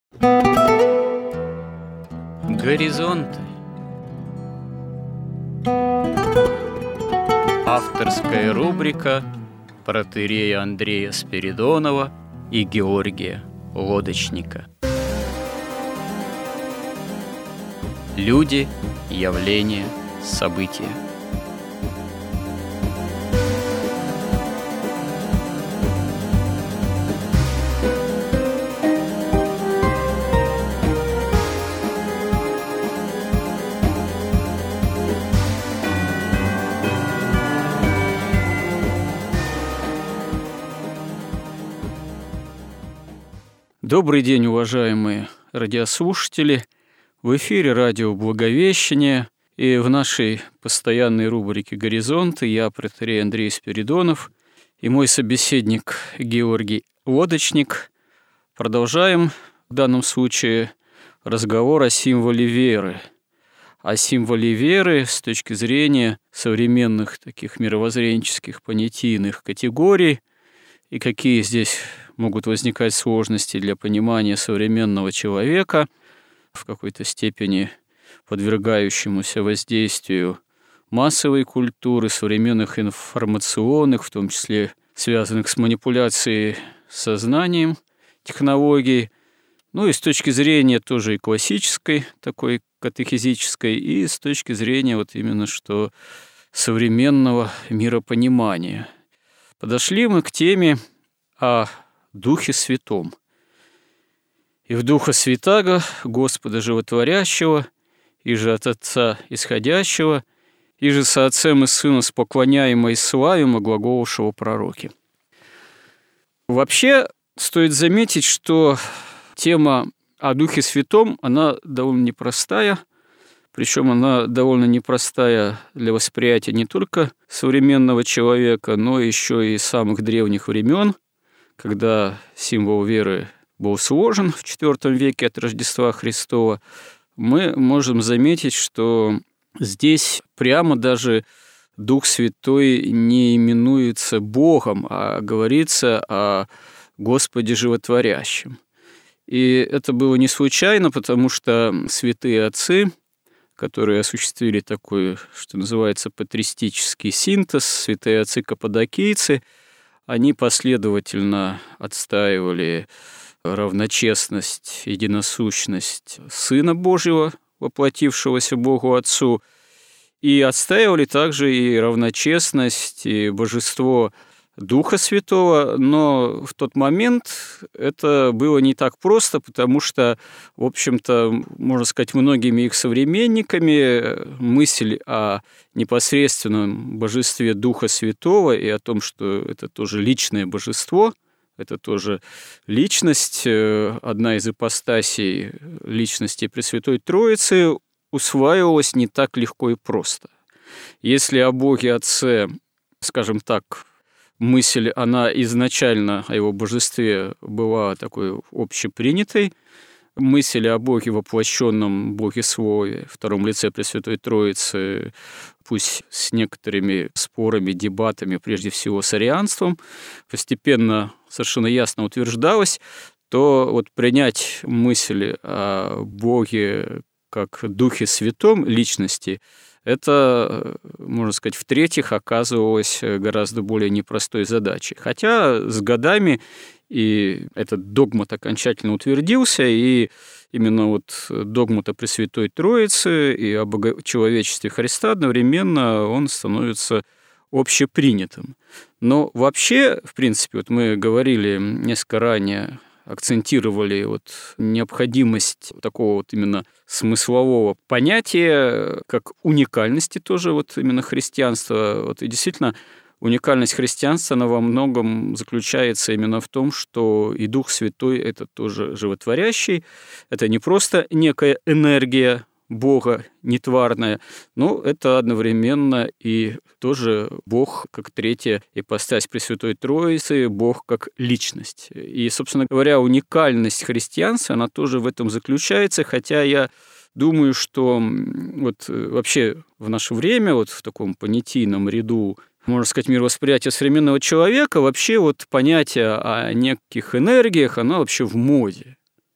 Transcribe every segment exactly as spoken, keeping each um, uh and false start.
Горизонты. Авторская рубрика протоиерея Андрея Спиридонова и Георгия Лодочника. Люди, явления, события. Добрый день, уважаемые радиослушатели! В эфире радио «Благовещение», и в нашей постоянной рубрике «Горизонты» я, протоиерей Андрей Спиридонов, и мой собеседник Георгий Лодочник продолжаем в данном случае разговор о символе веры. О символе веры с точки зрения современных таких мировоззренческих понятийных категорий, и какие здесь могут возникать сложности для понимания современного человека, в какой-то степени подвергающемуся воздействию массовой культуры, современных информационных, в том числе связанных с манипуляцией сознанием технологий, ну и с точки зрения тоже и классической, такой катехизической, и с точки зрения вот именно что современного миропонимания. Подошли мы к теме о Духе Святом. «И в Духа Святаго, Господа Животворящего, и же от Отца Исходящего, и же со Отцем и Сыном споклоняемо и славимо глаголовшего пророки». Вообще, стоит заметить, что тема о Духе Святом, она довольно непростая, причем она довольно непростая для восприятия не только современного человека, но еще и самых древних времен, когда символ веры был сложен в четвёртом веке от Рождества Христова. Мы можем заметить, что здесь прямо даже Дух Святой не именуется Богом, а говорится о Господе Животворящем. И это было не случайно, потому что святые отцы, которые осуществили такой, что называется, патристический синтез, святые отцы каппадокийцы, они последовательно отстаивали равночестность, единосущность Сына Божьего, воплотившегося Богу Отцу, и отстаивали также и равночестность, и божество Духа Святого, но в тот момент это было не так просто, потому что, в общем-то, можно сказать, многими их современниками мысль о непосредственном божестве Духа Святого и о том, что это тоже личное божество, это тоже личность, одна из ипостасей личности Пресвятой Троицы, усваивалась не так легко и просто. Если о Боге Отце, скажем так, мысль, она изначально о его божестве была такой общепринятой. Мысль о Боге воплощенном, Боге Слове, втором лице Пресвятой Троицы, пусть с некоторыми спорами, дебатами, прежде всего с арианством, постепенно совершенно ясно утверждалась, то вот принять мысль о Боге как Духе Святом личности, это, можно сказать, в-третьих, оказывалось гораздо более непростой задачей. Хотя с годами и этот догмат окончательно утвердился, и именно вот догмат о Пресвятой Троице и о богочеловечестве Христа одновременно он становится общепринятым. Но вообще, в принципе, вот мы говорили несколько ранее, акцентировали вот необходимость такого вот именно смыслового понятия, как уникальности тоже вот именно христианства. Вот и действительно, уникальность христианства, она во многом заключается именно в том, что и Дух Святой – это тоже животворящий, это не просто некая энергия Бога нетварная, но это одновременно и тоже Бог как третья ипостась Пресвятой Троицы, Бог как личность. И, собственно говоря, уникальность христианства, она тоже в этом заключается, хотя я думаю, что вот вообще в наше время, вот в таком понятийном ряду, можно сказать, мировосприятия современного человека, вообще вот понятие о неких энергиях, оно вообще в моде.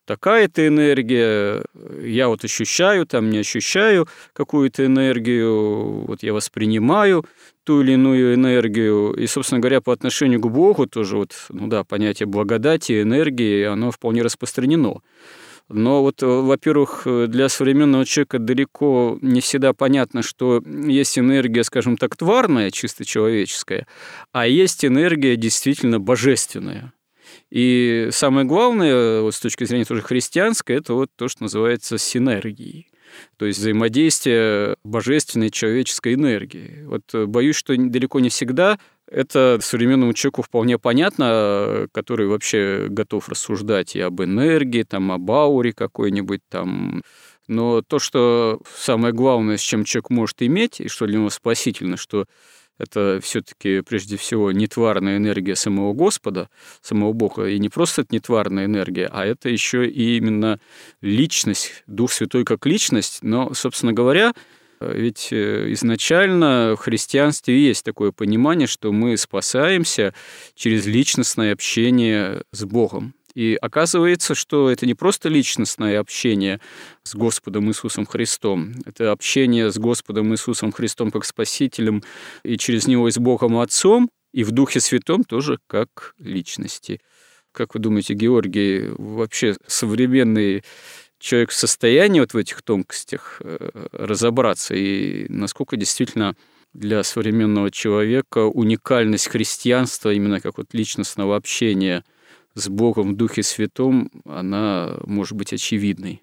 такая-то энергия, я вот ощущаю, там не ощущаю какую-то энергию, вот я воспринимаю ту или иную энергию. И, собственно говоря, по отношению к Богу тоже вот, ну да, понятие благодати, энергии, оно вполне распространено. Но вот, во-первых, для современного человека далеко не всегда понятно, что есть энергия, скажем так, тварная, чисто человеческая, а есть энергия действительно божественная. И самое главное, вот с точки зрения тоже христианской, это вот то, что называется синергией. То есть взаимодействие божественной и человеческой энергии. Вот боюсь, что далеко не всегда это современному человеку вполне понятно, который вообще готов рассуждать и об энергии, там, об ауре какой-нибудь там. Но то, что самое главное, с чем человек может иметь, и что для него спасительно, что это все-таки прежде всего нетварная энергия самого Господа, самого Бога. И не просто это нетварная энергия, а это еще и именно личность, Дух Святой как личность. Но, собственно говоря, ведь изначально в христианстве есть такое понимание, что мы спасаемся через личностное общение с Богом. И оказывается, что это не просто личностное общение с Господом Иисусом Христом, это общение с Господом Иисусом Христом как Спасителем и через Него и с Богом Отцом, и в Духе Святом тоже как личности. Как вы думаете, Георгий, вообще современный человек в состоянии вот в этих тонкостях разобраться, и насколько действительно для современного человека уникальность христианства именно как вот личностного общения с Богом в Духе Святом, она может быть очевидной?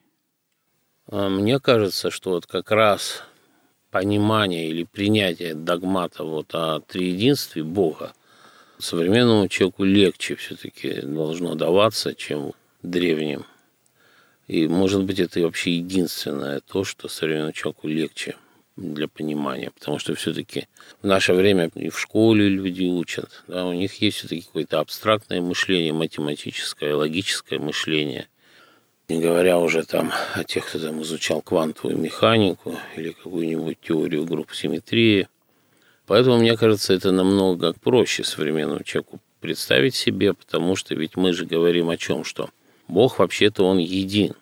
Мне кажется, что вот как раз понимание или принятие догмата вот о триединстве Бога современному человеку легче все-таки должно даваться, чем древним. И, может быть, это вообще единственное то, что современному человеку легче для понимания, потому что все-таки в наше время и в школе люди учат, да, у них есть все-таки какое-то абстрактное мышление, математическое, логическое мышление, не говоря уже там о тех, кто там изучал квантовую механику или какую-нибудь теорию групп симметрии. Поэтому, мне кажется, это намного проще современному человеку представить себе, потому что ведь мы же говорим о чем, что Бог вообще-то он един.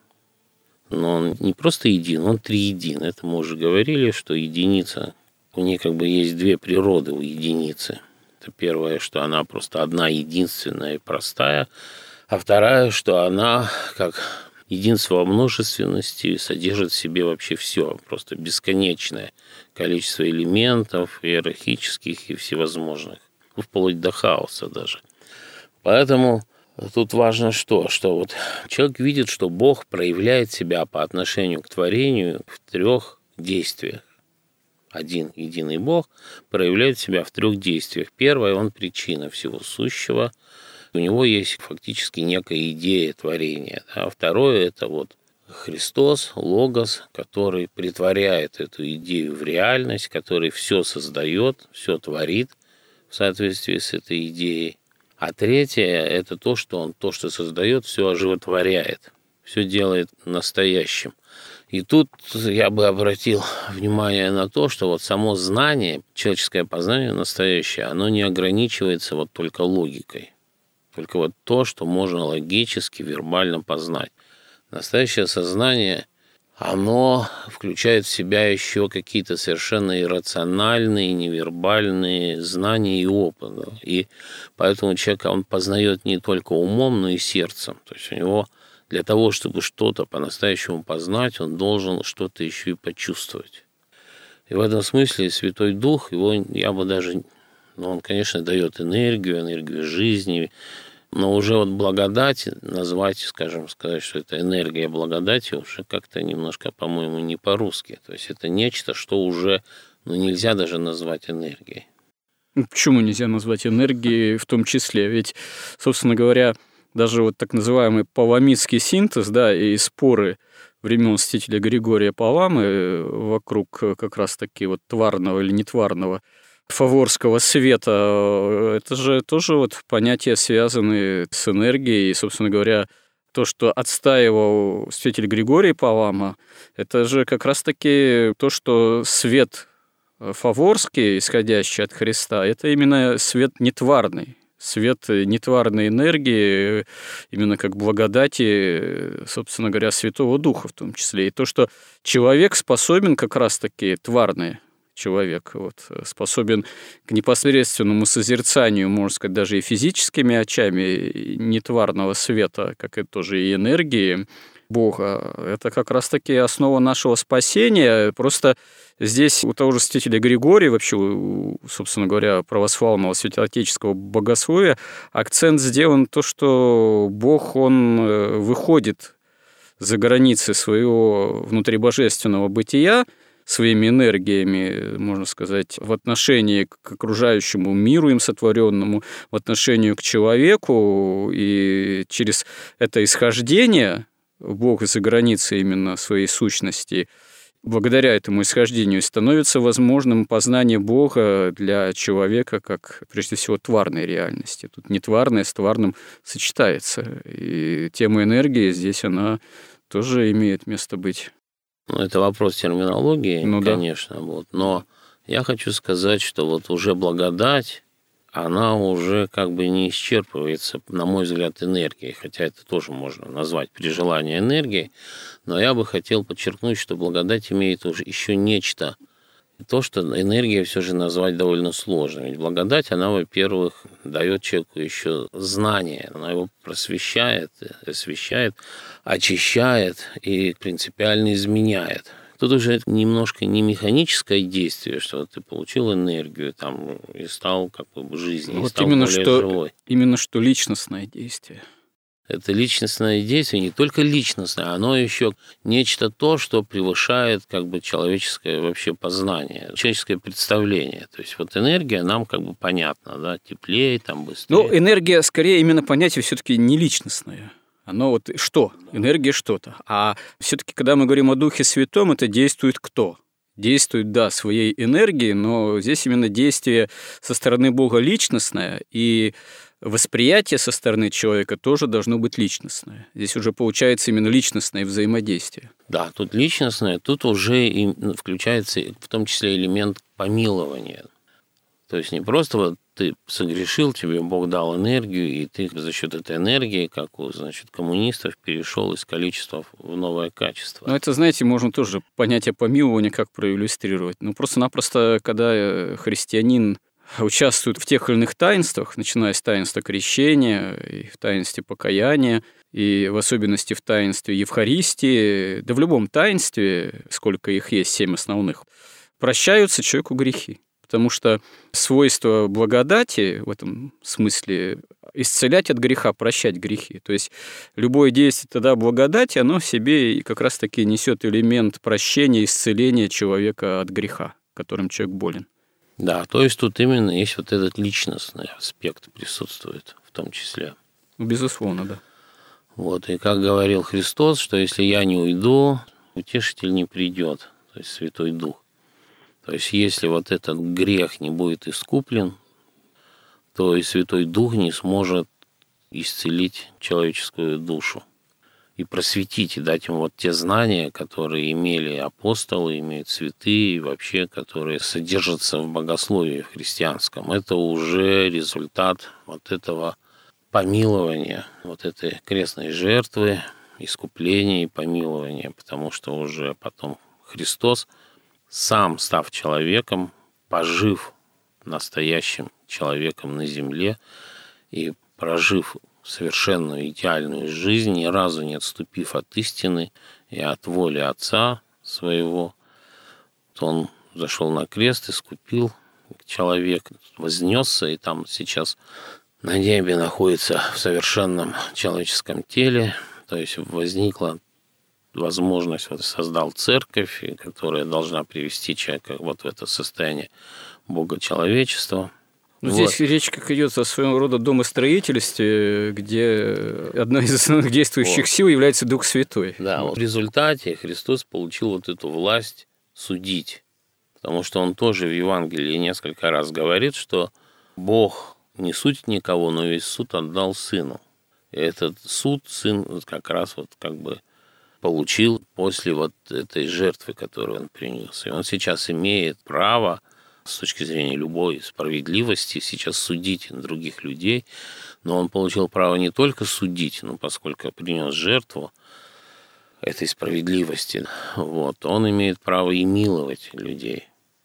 Но он не просто един, он триедин. Это мы уже говорили, что единица, у нее как бы есть две природы у единицы. Это первое, что она просто одна единственная и простая, а вторая, что она как единство во множественности содержит в себе вообще все, просто бесконечное количество элементов иерархических и всевозможных, вплоть до хаоса даже. Поэтому тут важно что? Что вот человек видит, что Бог проявляет себя по отношению к творению в трех действиях. Один единый Бог проявляет себя в трех действиях. Первое, он причина всего сущего. У него есть фактически некая идея творения. А второе, это вот Христос, Логос, который притворяет эту идею в реальность, который все создает, все творит в соответствии с этой идеей. А третье – это то, что он, то, что создает, все оживотворяет, все делает настоящим. И тут я бы обратил внимание на то, что вот само знание, человеческое познание настоящее, оно не ограничивается вот только логикой. Только вот то, что можно логически, вербально познать. Настоящее сознание, оно включает в себя еще какие-то совершенно иррациональные, невербальные знания и опыт. И поэтому человек, он познает не только умом, но и сердцем. То есть у него для того, чтобы что-то по-настоящему познать, он должен что-то еще и почувствовать. И в этом смысле Святой Дух, его я бы даже, ну, он, конечно, дает энергию, энергию жизни, но уже вот благодать назвать, скажем, сказать, что это энергия благодати, уже как-то немножко, по-моему, не по-русски. То есть это нечто, что уже, ну, нельзя даже назвать энергией. Почему нельзя назвать энергией в том числе? Ведь, собственно говоря, даже вот так называемый паламидский синтез, да, и споры времен святителя Григория Паламы вокруг как раз-таки вот тварного или нетварного фаворского света, это же тоже вот понятия, связанные с энергией. И, собственно говоря, то, что отстаивал святитель Григорий Палама, это же как раз-таки то, что свет фаворский, исходящий от Христа, это именно свет нетварный. Свет нетварной энергии, именно как благодати, собственно говоря, Святого Духа в том числе. И то, что человек способен как раз-таки, тварный человек, вот, способен к непосредственному созерцанию, можно сказать, даже и физическими очами нетварного света, как и тоже и энергии Бога. Это как раз-таки основа нашего спасения. Просто здесь у того же святителя Григория, вообще, у, собственно говоря, православного святоотеческого богословия, акцент сделан то, что Бог, Он выходит за границы своего внутрибожественного бытия своими энергиями, можно сказать, в отношении к окружающему миру им сотворенному, в отношении к человеку, и через это исхождение Бог за границы именно своей сущности, благодаря этому исхождению становится возможным познание Бога для человека как, прежде всего, тварной реальности. Тут нетварное с тварным сочетается. И тема энергии здесь, она тоже имеет место быть. Ну, это вопрос терминологии, ну, конечно. Да. Вот. Но я хочу сказать, что вот уже благодать, она уже как бы не исчерпывается, на мой взгляд, энергией, хотя это тоже можно назвать при желании энергией, но я бы хотел подчеркнуть, что благодать имеет уже еще нечто, то, что энергия все же назвать довольно сложно. Ведь благодать, она, во-первых, дает человеку еще знание, она его просвещает, освещает, очищает и принципиально изменяет. Тут уже немножко не механическое действие, что ты получил энергию там, и стал как бы жизнью, вот стал именно более что, живой. Именно что личностное действие. Это личностное действие, не только личностное, оно еще нечто то, что превышает как бы человеческое вообще познание, человеческое представление. То есть вот энергия нам как бы понятна, да, теплее, там быстрее. Ну, энергия, скорее, именно понятие все-таки не личностное. Оно вот что? Энергия что-то. А все-таки, когда мы говорим о Духе Святом, это действует кто? Действует, да, своей энергией, но здесь именно действие со стороны Бога личностное, и восприятие со стороны человека тоже должно быть личностное. Здесь уже получается именно личностное взаимодействие. Да, тут личностное, тут уже и включается в том числе элемент помилования. То есть не просто вот ты согрешил, тебе Бог дал энергию, и ты за счет этой энергии, как у, значит, коммунистов, перешел из количества в новое качество. Ну, это, знаете, можно тоже понятие помилования как проиллюстрировать. Ну, просто-напросто, когда христианин участвует в тех или иных таинствах, начиная с таинства крещения, и в таинстве покаяния, и в особенности в таинстве Евхаристии, да в любом таинстве, сколько их есть, семь основных, прощаются человеку грехи. Потому что свойство благодати в этом смысле исцелять от греха, прощать грехи. То есть любое действие тогда благодати, оно в себе как раз-таки несет элемент прощения, исцеления человека от греха, которым человек болен. Да, то есть тут именно есть вот этот личностный аспект присутствует в том числе. Безусловно, да. Вот, и как говорил Христос, что если я не уйду, утешитель не придет, то есть Святой Дух. То есть если вот этот грех не будет искуплен, то и Святой Дух не сможет исцелить человеческую душу и просветить, и дать им вот те знания, которые имели апостолы, имеют святые, и вообще, которые содержатся в богословии христианском. Это уже результат вот этого помилования, вот этой крестной жертвы, искупления и помилования, потому что уже потом Христос, сам став человеком, пожив настоящим человеком на земле и прожив совершенную идеальную жизнь, ни разу не отступив от истины и от воли Отца своего, то он зашел на крест, искупил человека, вознесся, и там сейчас на небе находится в совершенном человеческом теле, то есть возникла возможность, вот создал церковь, которая должна привести человека вот в это состояние богочеловечества. Ну, вот. Здесь речь как идет о своего рода домостроительстве, где одной из основных действующих вот. сил является Дух Святой. Да, вот. В результате Христос получил вот эту власть судить, потому что он тоже в Евангелии несколько раз говорит, что Бог не судит никого, но весь суд отдал Сыну. И этот суд Сын как раз вот как бы получил после вот этой жертвы, которую он принес. И он сейчас имеет право с точки зрения любой справедливости сейчас судить других людей, но он получил право не только судить, но поскольку принес жертву этой справедливости, вот, он имеет право и миловать людей.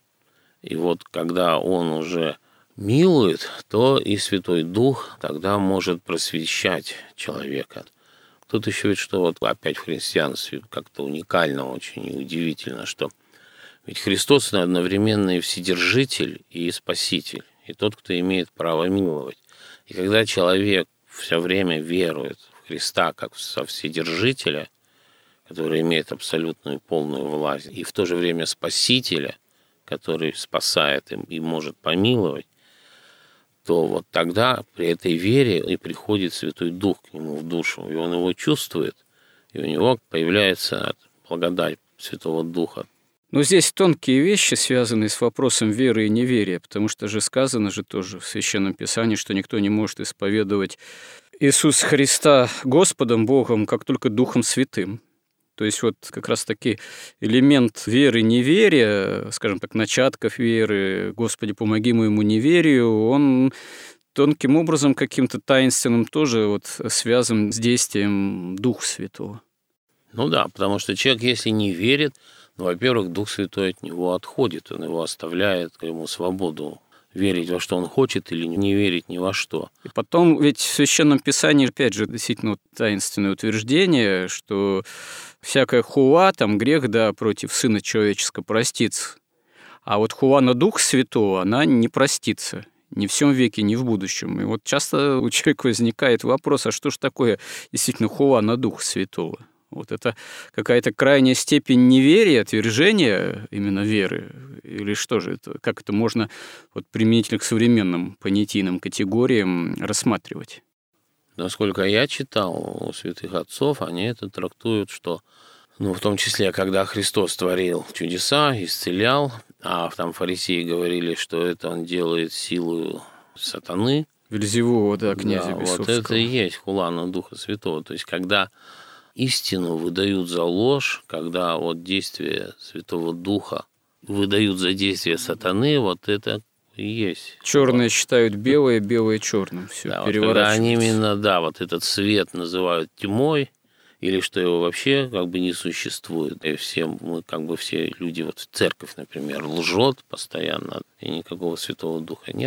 И вот когда он уже милует, то и Святой Дух тогда может просвещать человека. Тут еще ведь что вот опять в христианстве как-то уникально очень и удивительно, что ведь Христос одновременно и Вседержитель, и Спаситель, и тот, кто имеет право миловать. И когда человек все время верует в Христа как во Вседержителя, который имеет абсолютную полную власть, и в то же время Спасителя, который спасает им и может помиловать, то вот тогда при этой вере и приходит Святой Дух к нему в душу, и он его чувствует, и у него появляется благодать Святого Духа. Но здесь тонкие вещи, связанные с вопросом веры и неверия, потому что же сказано же тоже в Священном Писании, что никто не может исповедовать Иисуса Христа Господом, Богом, как только Духом Святым. То есть вот как раз-таки элемент веры и неверия, скажем так, начатков веры, «Господи, помоги моему неверию», он тонким образом каким-то таинственным тоже вот связан с действием Духа Святого. Ну да, потому что человек, если не верит, ну, во-первых, Дух Святой от него отходит, он его оставляет, ему свободу верить во что он хочет или не верить ни во что. И потом ведь в Священном Писании, опять же, действительно таинственное утверждение, что всякая хула, там грех, да, против Сына Человеческого простится. А вот хула на Духа Святого, она не простится. Ни в всем веке, ни в будущем. И вот часто у человека возникает вопрос, а что же такое действительно хула на Духа Святого? Вот это какая-то крайняя степень неверия, отвержения именно веры? Или что же это? Как это можно вот, применительно к современным понятийным категориям рассматривать? Насколько я читал у святых отцов, они это трактуют, что, ну, в том числе, когда Христос творил чудеса, исцелял, а там фарисеи говорили, что это он делает силою сатаны. Вельзевула, да, князя да, Бесовского. Вот это и есть хула на Духа Святого. То есть, когда истину выдают за ложь, когда вот действие Святого Духа выдают за действие сатаны, вот это и есть. Черные считают белое, белое черным. Все да, вот когда они именно, да, вот этот свет называют тьмой, или что его вообще как бы не существует. И все мы, как бы все люди, вот церковь, например, лжет постоянно, и никакого Святого Духа нет.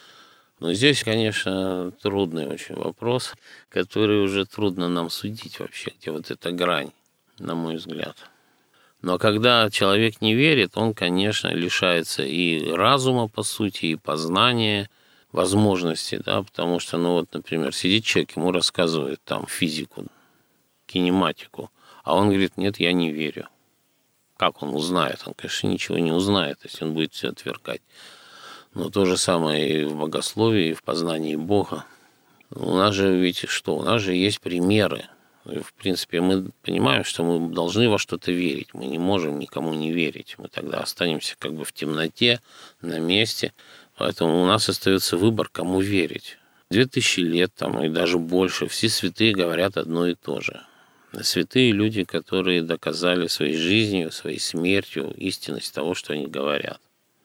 Но здесь, конечно, трудный очень вопрос, который уже трудно нам судить вообще, где вот эта грань, на мой взгляд. Но когда человек не верит, он, конечно, лишается и разума, по сути, и познания, возможностей, да, потому что, ну вот, например, сидит человек, ему рассказывают там физику, кинематику, а он говорит, нет, я не верю. Как он узнает? Он, конечно, ничего не узнает, если он будет все отвергать. Но то же самое и в богословии, и в познании Бога. У нас же ведь что? У нас же есть примеры. И, в принципе, мы понимаем, что мы должны во что-то верить. Мы не можем никому не верить. Мы тогда останемся как бы в темноте, на месте. Поэтому у нас остается выбор, кому верить. Две тысячи лет там, и даже больше все святые говорят одно и то же. Святые люди, которые доказали своей жизнью, своей смертью истинность того, что они говорят.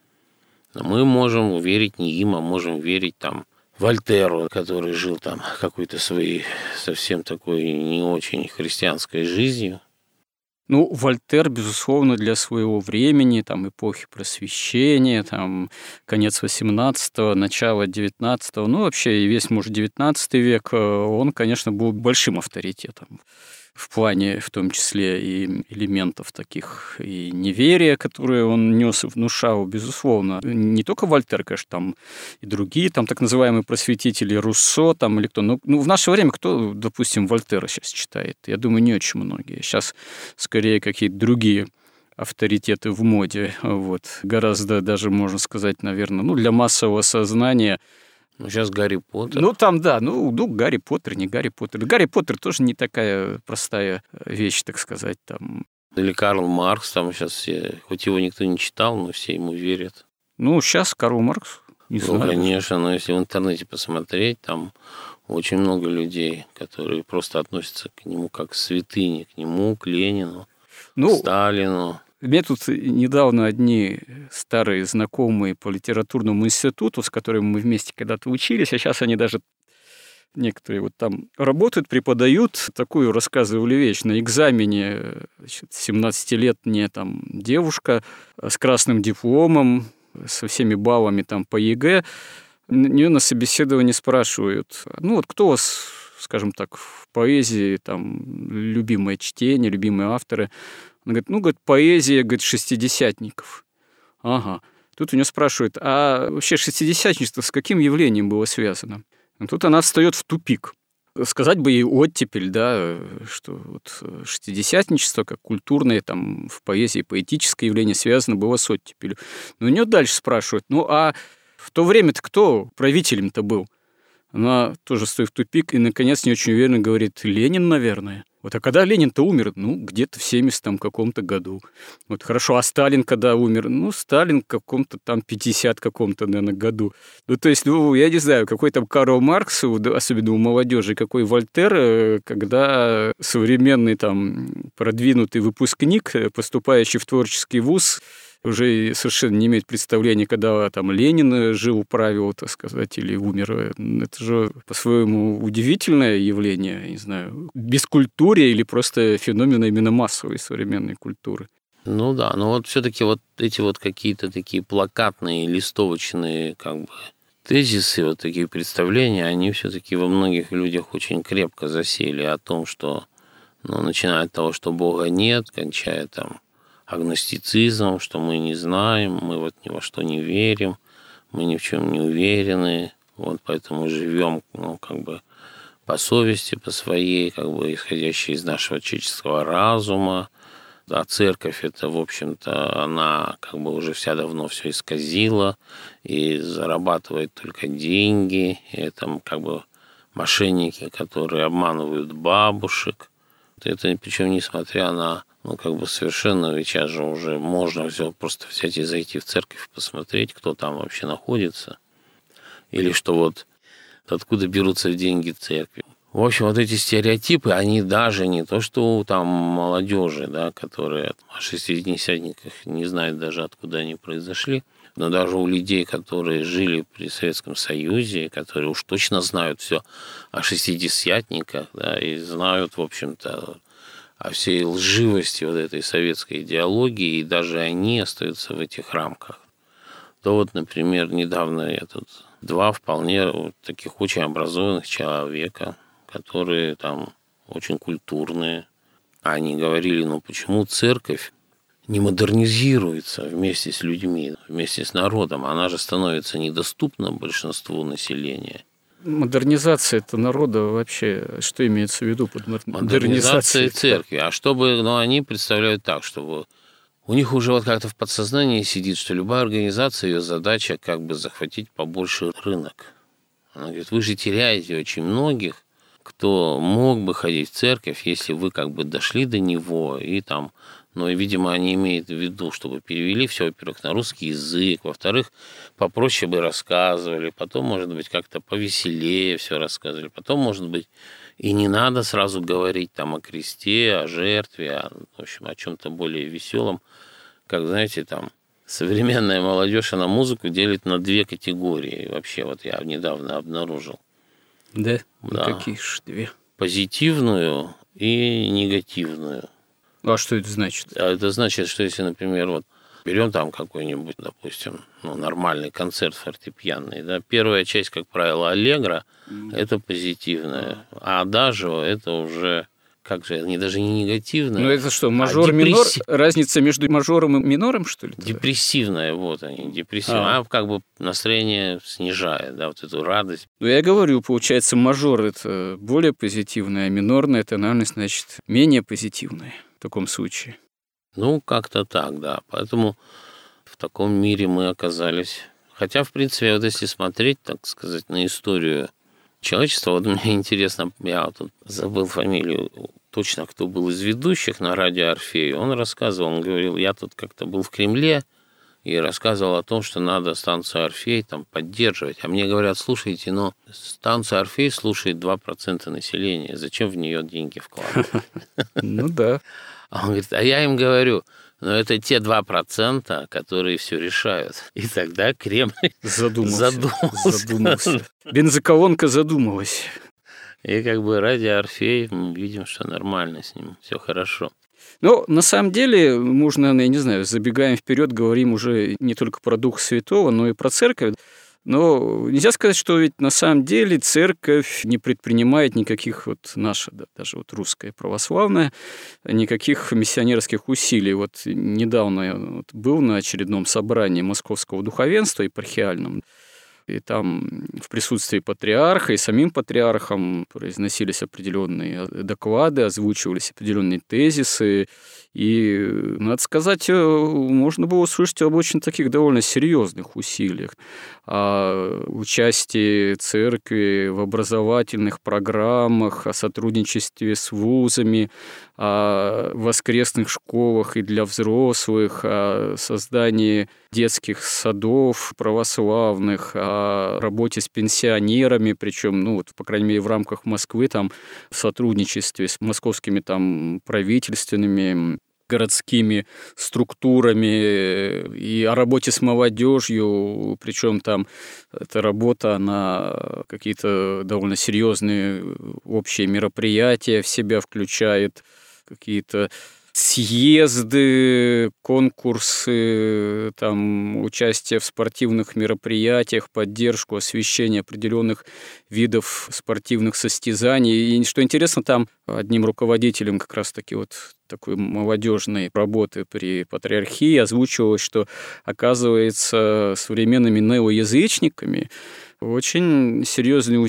Но мы можем верить не им, а можем верить там Вольтеру, который жил там какой-то своей совсем такой не очень христианской жизнью. Ну, Вольтер, безусловно, для своего времени, там, эпохи Просвещения, там, конец восемнадцатого, начало девятнадцатого, ну, вообще и весь, может, девятнадцатый век, он, конечно, был большим авторитетом в плане, в том числе, и элементов таких и неверия, которые он нес и внушал, безусловно. Не только Вольтер, конечно, там и другие, там так называемые просветители, Руссо, там или кто. Ну, ну, в наше время кто, допустим, Вольтера сейчас читает? Я думаю, не очень многие. Сейчас скорее какие-то другие авторитеты в моде. Вот. Гораздо даже, можно сказать, наверное, ну, для массового сознания. Ну, сейчас Гарри Поттер. Ну, там, да, ну, ну, Гарри Поттер, не Гарри Поттер. Гарри Поттер тоже не такая простая вещь, так сказать, там. Или Карл Маркс, там сейчас все, хоть его никто не читал, но все ему верят. Ну, сейчас Карл Маркс, не ну, знаю. Ну, конечно, но если в интернете посмотреть, там очень много людей, которые просто относятся к нему как к святыне, к нему, к Ленину, ну, к Сталину. Мне тут недавно одни старые знакомые по литературному институту, с которыми мы вместе когда-то учились, а сейчас они даже некоторые вот там работают, преподают, такую рассказывали вещь. На экзамене семнадцатилетняя там девушка с красным дипломом, со всеми баллами там по ЕГЭ, нее на собеседовании спрашивают, ну вот кто у вас, скажем так, в поэзии, там, любимое чтение, любимые авторы? Она говорит, ну, говорит, поэзия, говорит, шестидесятников. Ага. Тут у нее спрашивают, а вообще шестидесятничество с каким явлением было связано? И тут она встает в тупик. Сказать бы ей оттепель, да, что вот шестидесятничество, как культурное, там, в поэзии поэтическое явление связано было с оттепелью. Но у нее дальше спрашивают, ну, а в то время-то кто правителем-то был? Она тоже стоит в тупик и, наконец, не очень уверенно говорит, Ленин, наверное. Вот, а когда Ленин-то умер? Ну, где-то в семидесятом каком-то году. Вот, хорошо, а Сталин когда умер? Ну, Сталин в каком-то там пятидесятом каком-то, наверное, году. Ну, то есть, ну, я не знаю, какой там Карл Маркс, особенно у молодежи, какой Вольтер, когда современный там продвинутый выпускник, поступающий в творческий вуз, уже совершенно не имеет представления, когда там Ленин жил, правил, так сказать, или умер. Это же по-своему удивительное явление, я не знаю, бескультурие или просто феномен именно массовой современной культуры. Ну да, но вот все-таки вот эти вот какие-то такие плакатные, листовочные как бы тезисы, вот такие представления, они все-таки во многих людях очень крепко засели о том, что, ну, начиная от того, что Бога нет, кончая там агностицизмом, что мы не знаем, мы вот ни во что не верим, мы ни в чем не уверены, вот поэтому живем, ну, как бы по совести, по своей, как бы исходящей из нашего человеческого разума. А церковь, это, в общем-то, она как бы уже вся давно все исказила и зарабатывает только деньги. И это как бы мошенники, которые обманывают бабушек. Это причем несмотря на, ну, как бы совершенно, ведь сейчас же уже можно все просто взять и зайти в церковь, посмотреть, кто там вообще находится. Или что вот откуда берутся деньги церкви. В общем, вот эти стереотипы, они даже не то, что у там молодежи, да, которые о шестидесятниках не знают даже, откуда они произошли, но даже у людей, которые жили при Советском Союзе, которые уж точно знают все о шестидесятниках, да, и знают, в общем-то, о всей лживости вот этой советской идеологии, и даже они остаются в этих рамках. То вот, например, недавно я тут два вполне вот таких очень образованных человека, которые там очень культурные, они говорили, ну почему церковь не модернизируется вместе с людьми, вместе с народом? Она же становится недоступна большинству населения. Модернизация это народа вообще, что имеется в виду под модернизацией? Модернизация церкви. А чтобы, ну, они представляют так, чтобы у них уже вот как-то в подсознании сидит, что любая организация, ее задача как бы захватить побольше рынок. Она говорит, вы же теряете очень многих, кто мог бы ходить в церковь, если вы как бы дошли до него, и там, ну, и, видимо, они имеют в виду, чтобы перевели все, во-первых, на русский язык, во-вторых, попроще бы рассказывали, потом, может быть, как-то повеселее все рассказывали, потом, может быть, и не надо сразу говорить там о кресте, о жертве, о, в общем, о чем-то более веселом. Как, знаете, там, современная молодежь, она музыку делит на две категории. Вообще, вот я недавно обнаружил. Да? Да. Какие ж две? Позитивную и негативную. А что это значит? А это значит, что если, например, вот берем там какой-нибудь, допустим, ну, нормальный концерт фортепианный, да, первая часть, как правило, аллегро, mm. это позитивная, а адажио это уже, как же, они даже не негативная. Ну это что, мажор, а минор? Депресси... Разница между мажором и минором, что ли? Депрессивная, вот они, депрессивная. А. а как бы настроение снижает, да, вот эту радость. Ну я говорю, получается, мажор это более позитивная, а минорная тональность, значит, менее позитивная в таком случае. Ну, как-то так, да. Поэтому в таком мире мы оказались. Хотя, в принципе, вот если смотреть, так сказать, на историю человечества, вот мне интересно, я вот тут забыл фамилию точно, кто был из ведущих на радио Орфей. Он рассказывал, он говорил, я тут как-то был в Кремле и рассказывал о том, что надо станцию Орфей там поддерживать. А мне говорят, слушайте, но станцию Орфей слушает два процента населения. Зачем в нее деньги вкладывать? Ну да. А он говорит, а я им говорю, Но это те два процента, которые все решают. И тогда Кремль задумался. задумался. задумался. Бензоколонка задумалась. И как бы ради Орфея мы видим, что нормально с ним, все хорошо. Но на самом деле, можно, я не знаю, забегаем вперед, говорим уже не только про Духа Святого, но и про Церковь. Но нельзя сказать, что ведь на самом деле Церковь не предпринимает никаких, вот наша, да, даже вот русская православная, никаких миссионерских усилий. Вот недавно я вот был на очередном собрании Московского духовенства епархиальном, и там в присутствии патриарха и самим патриархом произносились определенные доклады, озвучивались определенные тезисы. И, надо сказать, можно было услышать об очень таких довольно серьезных усилиях, о участии церкви в образовательных программах, о сотрудничестве с вузами, о воскресных школах и для взрослых, о создании детских садов православных, о работе с пенсионерами, причем, ну вот, по крайней мере, в рамках Москвы, там, в сотрудничестве с московскими там правительственными городскими структурами и о работе с молодежью, причем там эта работа, она какие-то довольно серьезные общие мероприятия в себя включает, какие-то съезды, конкурсы, там, участие в спортивных мероприятиях, поддержку, освещение определенных видов спортивных состязаний. И что интересно, там одним руководителем как раз-таки вот такой молодежной работы при патриархии озвучивалось, что, оказывается, современными неоязычниками очень серьезные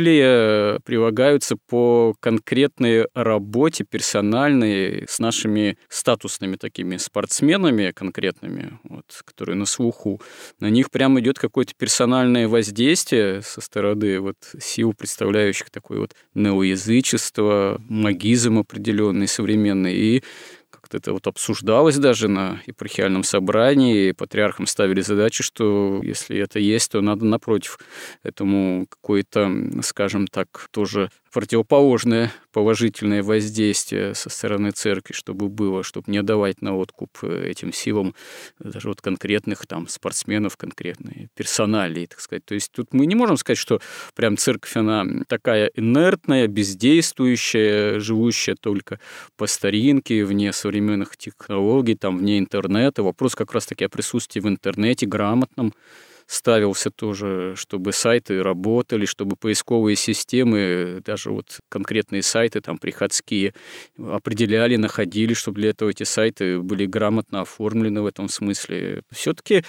усилия прилагаются по конкретной работе персональной с нашими статусными такими спортсменами конкретными, вот, которые на слуху. На них прямо идет какое-то персональное воздействие со стороны вот, сил, представляющих такое вот неоязычество, магизм определенный, современный. И как-то это вот обсуждалось даже на епархиальном собрании, и патриархам ставили задачу, что если это есть, то надо напротив этому какое-то, скажем так, тоже противоположное положительное воздействие со стороны церкви, чтобы было, чтобы не давать на откуп этим силам даже вот конкретных там спортсменов, конкретной персоналии, так сказать. То есть тут мы не можем сказать, что прям церковь, она такая инертная, бездействующая, живущая только по старинке, вне современных технологий, там, вне интернета. Вопрос как раз-таки о присутствии в интернете грамотном ставился тоже, чтобы сайты работали, чтобы поисковые системы, даже вот конкретные сайты там приходские, определяли, находили, чтобы для этого эти сайты были грамотно оформлены в этом смысле. Все-таки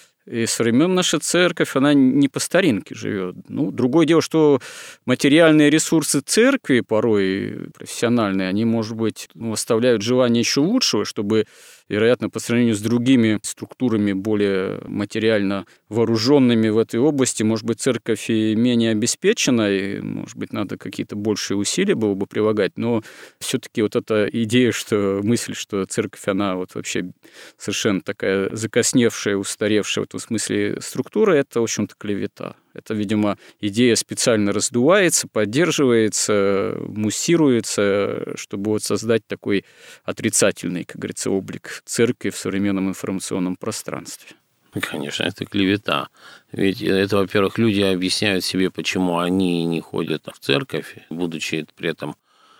и со времен наша церковь, она не по старинке живет. Ну, другое дело, что материальные ресурсы церкви, порой профессиональные, они, может быть, ну, оставляют желание еще лучшего, чтобы, вероятно, по сравнению с другими структурами, более материально вооруженными в этой области, может быть, церковь и менее обеспечена, и, может быть, надо какие-то большие усилия было бы прилагать, но все-таки вот эта идея, что мысль, что церковь, она вот вообще совершенно такая закосневшая, устаревшая в смысле структура, это, в общем-то, клевета. Это, видимо, идея специально раздувается, поддерживается, муссируется, чтобы вот создать такой отрицательный, как говорится, облик церкви в современном информационном пространстве. Конечно, это клевета. Ведь это, во-первых, люди объясняют себе, почему они не ходят в церковь, будучи при этом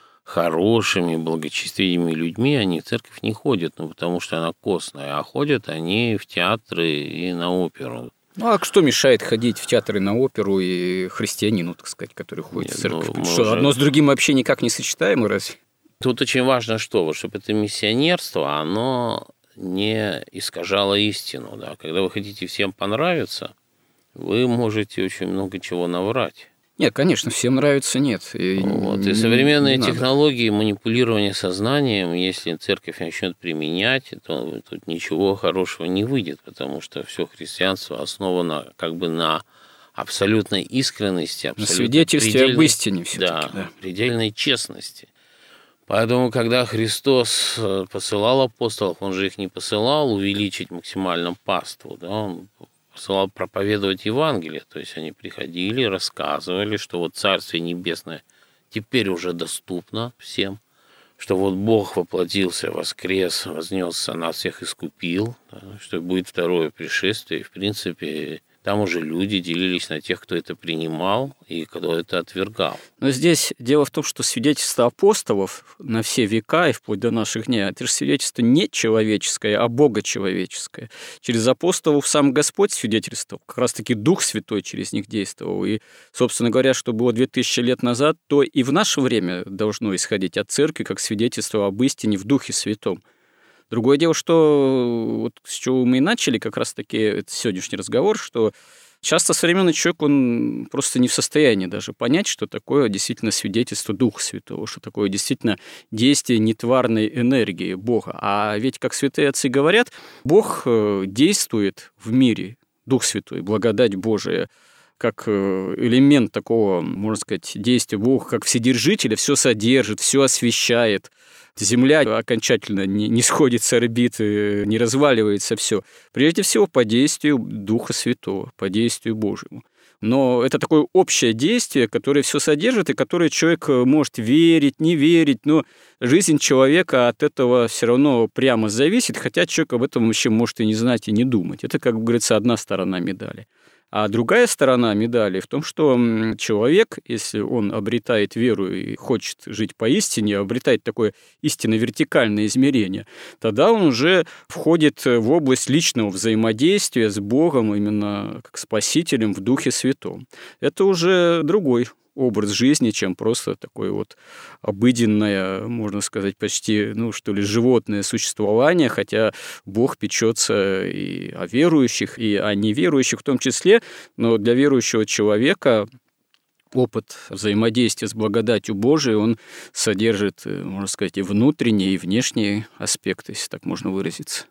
хорошими, благочестивыми людьми, они в церковь не ходят, ну, потому что она костная, а ходят они в театры и на оперу. Ну, а что мешает ходить в театр и на оперу и христианину, так сказать, который ходит Нет, в церковь? Ну, что, одно с другим вообще никак не сочетаемо, разве? Тут очень важно, что, чтобы это миссионерство, оно не искажало истину. Да? Когда вы хотите всем понравиться, вы можете очень много чего наврать. Нет, конечно, всем нравится, нет. И, вот. и современные не технологии надо. Манипулирования сознанием, если церковь начнет применять, то тут ничего хорошего не выйдет, потому что все христианство основано как бы на абсолютной искренности, абсолютной на свидетельстве об истине все-таки. Да, да, предельной честности. Поэтому, когда Христос посылал апостолов, он же их не посылал увеличить максимально паству, да, он посылал проповедовать Евангелие, то есть они приходили, рассказывали, что вот Царствие Небесное теперь уже доступно всем, что вот Бог воплотился, воскрес, вознесся, нас всех искупил, да, что будет второе пришествие. И, в принципе, там уже люди делились на тех, кто это принимал и кто это отвергал. Но здесь дело в том, что свидетельство апостолов на все века и вплоть до наших дней, это же свидетельство не человеческое, а богочеловеческое. Через апостолов сам Господь свидетельствовал, как раз-таки Дух Святой через них действовал. И, собственно говоря, что было две тысячи лет назад, то и в наше время должно исходить от церкви как свидетельство об истине в Духе Святом. Другое дело, что вот с чего мы и начали, как раз-таки это сегодняшний разговор, что часто современный человек, он просто не в состоянии даже понять, что такое действительно свидетельство Духа Святого, что такое действительно действие нетварной энергии Бога. А ведь, как святые отцы говорят, Бог действует в мире, Дух Святой, благодать Божия, как элемент такого, можно сказать, действия Бога, как вседержителя, все содержит, все освещает. Земля окончательно не, не сходит с орбиты, не разваливается все. Прежде всего, по действию Духа Святого, по действию Божьему. Но это такое общее действие, которое все содержит, и которое человек может верить, не верить, но жизнь человека от этого все равно прямо зависит, хотя человек об этом вообще может и не знать, и не думать. Это, как говорится, одна сторона медали. А другая сторона медали в том, что человек, если он обретает веру и хочет жить поистине, обретает такое истинно вертикальное измерение, тогда он уже входит в область личного взаимодействия с Богом, именно как Спасителем в Духе Святом. Это уже другой образ жизни, чем просто такое вот обыденное, можно сказать, почти, ну, что ли, животное существование, хотя Бог печется и о верующих, и о неверующих в том числе, но для верующего человека опыт взаимодействия с благодатью Божией, он содержит, можно сказать, и внутренние, и внешние аспекты, если так можно выразиться.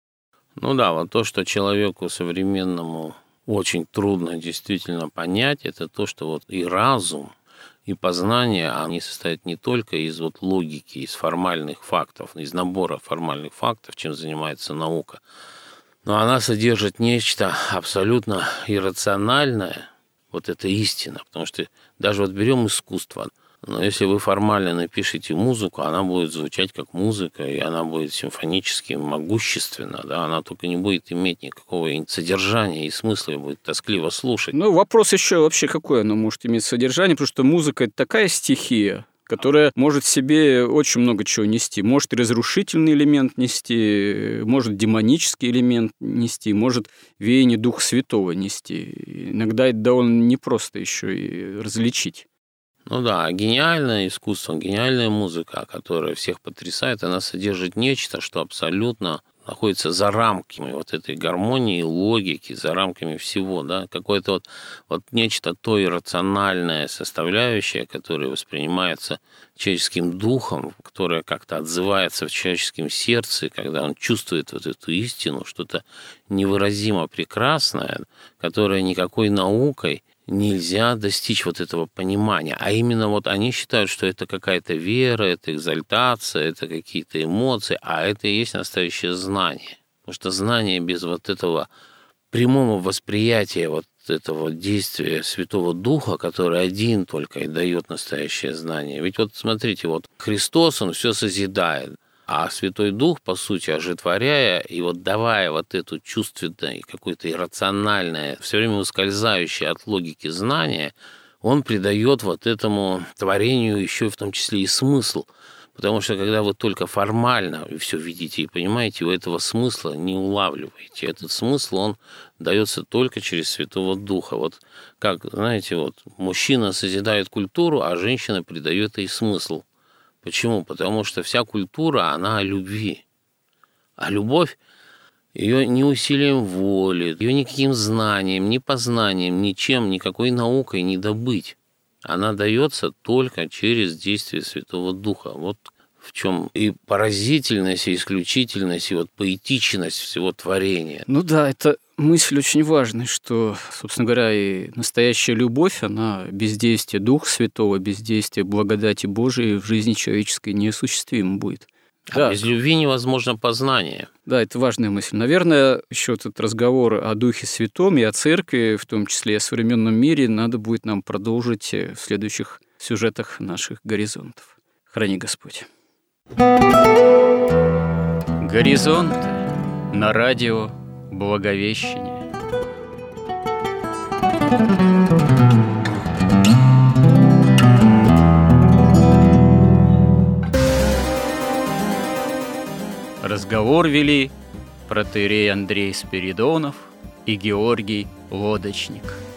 Ну да, вот то, что человеку современному очень трудно действительно понять, это то, что вот и разум, и познание, они состоят не только из вот логики, из формальных фактов, из набора формальных фактов, чем занимается наука, но она содержит нечто абсолютно иррациональное, вот это истина, потому что даже вот берем искусство, но если вы формально напишите музыку, она будет звучать как музыка, и она будет симфонически могущественна, да, она только не будет иметь никакого содержания и смысла, и будет тоскливо слушать. Ну, вопрос еще вообще, какое оно может иметь содержание, потому что музыка – это такая стихия, которая может в себе очень много чего нести. Может и разрушительный элемент нести, может демонический элемент нести, может веяние Духа Святого нести. Иногда это довольно непросто еще и различить. Ну да, гениальное искусство, гениальная музыка, которая всех потрясает, она содержит нечто, что абсолютно находится за рамками вот этой гармонии, логики, за рамками всего, да, какое-то вот, вот нечто то иррациональное составляющее, которое воспринимается человеческим духом, которое как-то отзывается в человеческом сердце, когда он чувствует вот эту истину, что-то невыразимо прекрасное, которое никакой наукой нельзя достичь вот этого понимания. А именно вот они считают, что это какая-то вера, это экзальтация, это какие-то эмоции, а это и есть настоящее знание. Потому что знание без вот этого прямого восприятия вот этого действия Святого Духа, который один только и дает настоящее знание. Ведь вот смотрите, вот Христос, Он все созидает, а Святой Дух, по сути, ожитворяя и вот давая вот эту чувственное, какое-то иррациональное, все время ускользающее от логики знание, он придает вот этому творению еще в том числе и смысл. Потому что когда вы только формально все видите и понимаете, вы этого смысла не улавливаете. Этот смысл, он дается только через Святого Духа. Вот как, знаете, вот мужчина созидает культуру, а женщина придает ей смысл. Почему? Потому что вся культура, она о любви. А любовь, ее ни усилием воли, ее никаким знанием, ни познанием, ничем, никакой наукой не добыть. Она дается только через действие Святого Духа. Вот в чем и поразительность, и исключительность, и вот поэтичность всего творения. Ну да, это мысль очень важная, что, собственно говоря, и настоящая любовь, она без действия Духа Святого, без действия благодати Божией в жизни человеческой неосуществима будет. А да. Без любви невозможно познание. Да, это важная мысль. Наверное, еще этот разговор о Духе Святом и о Церкви, в том числе и о современном мире, надо будет нам продолжить в следующих сюжетах наших горизонтов. Храни Господь. Горизонты на радио Благовещение. Разговор вели протоиерей Андрей Спиридонов и Георгий Лодочник.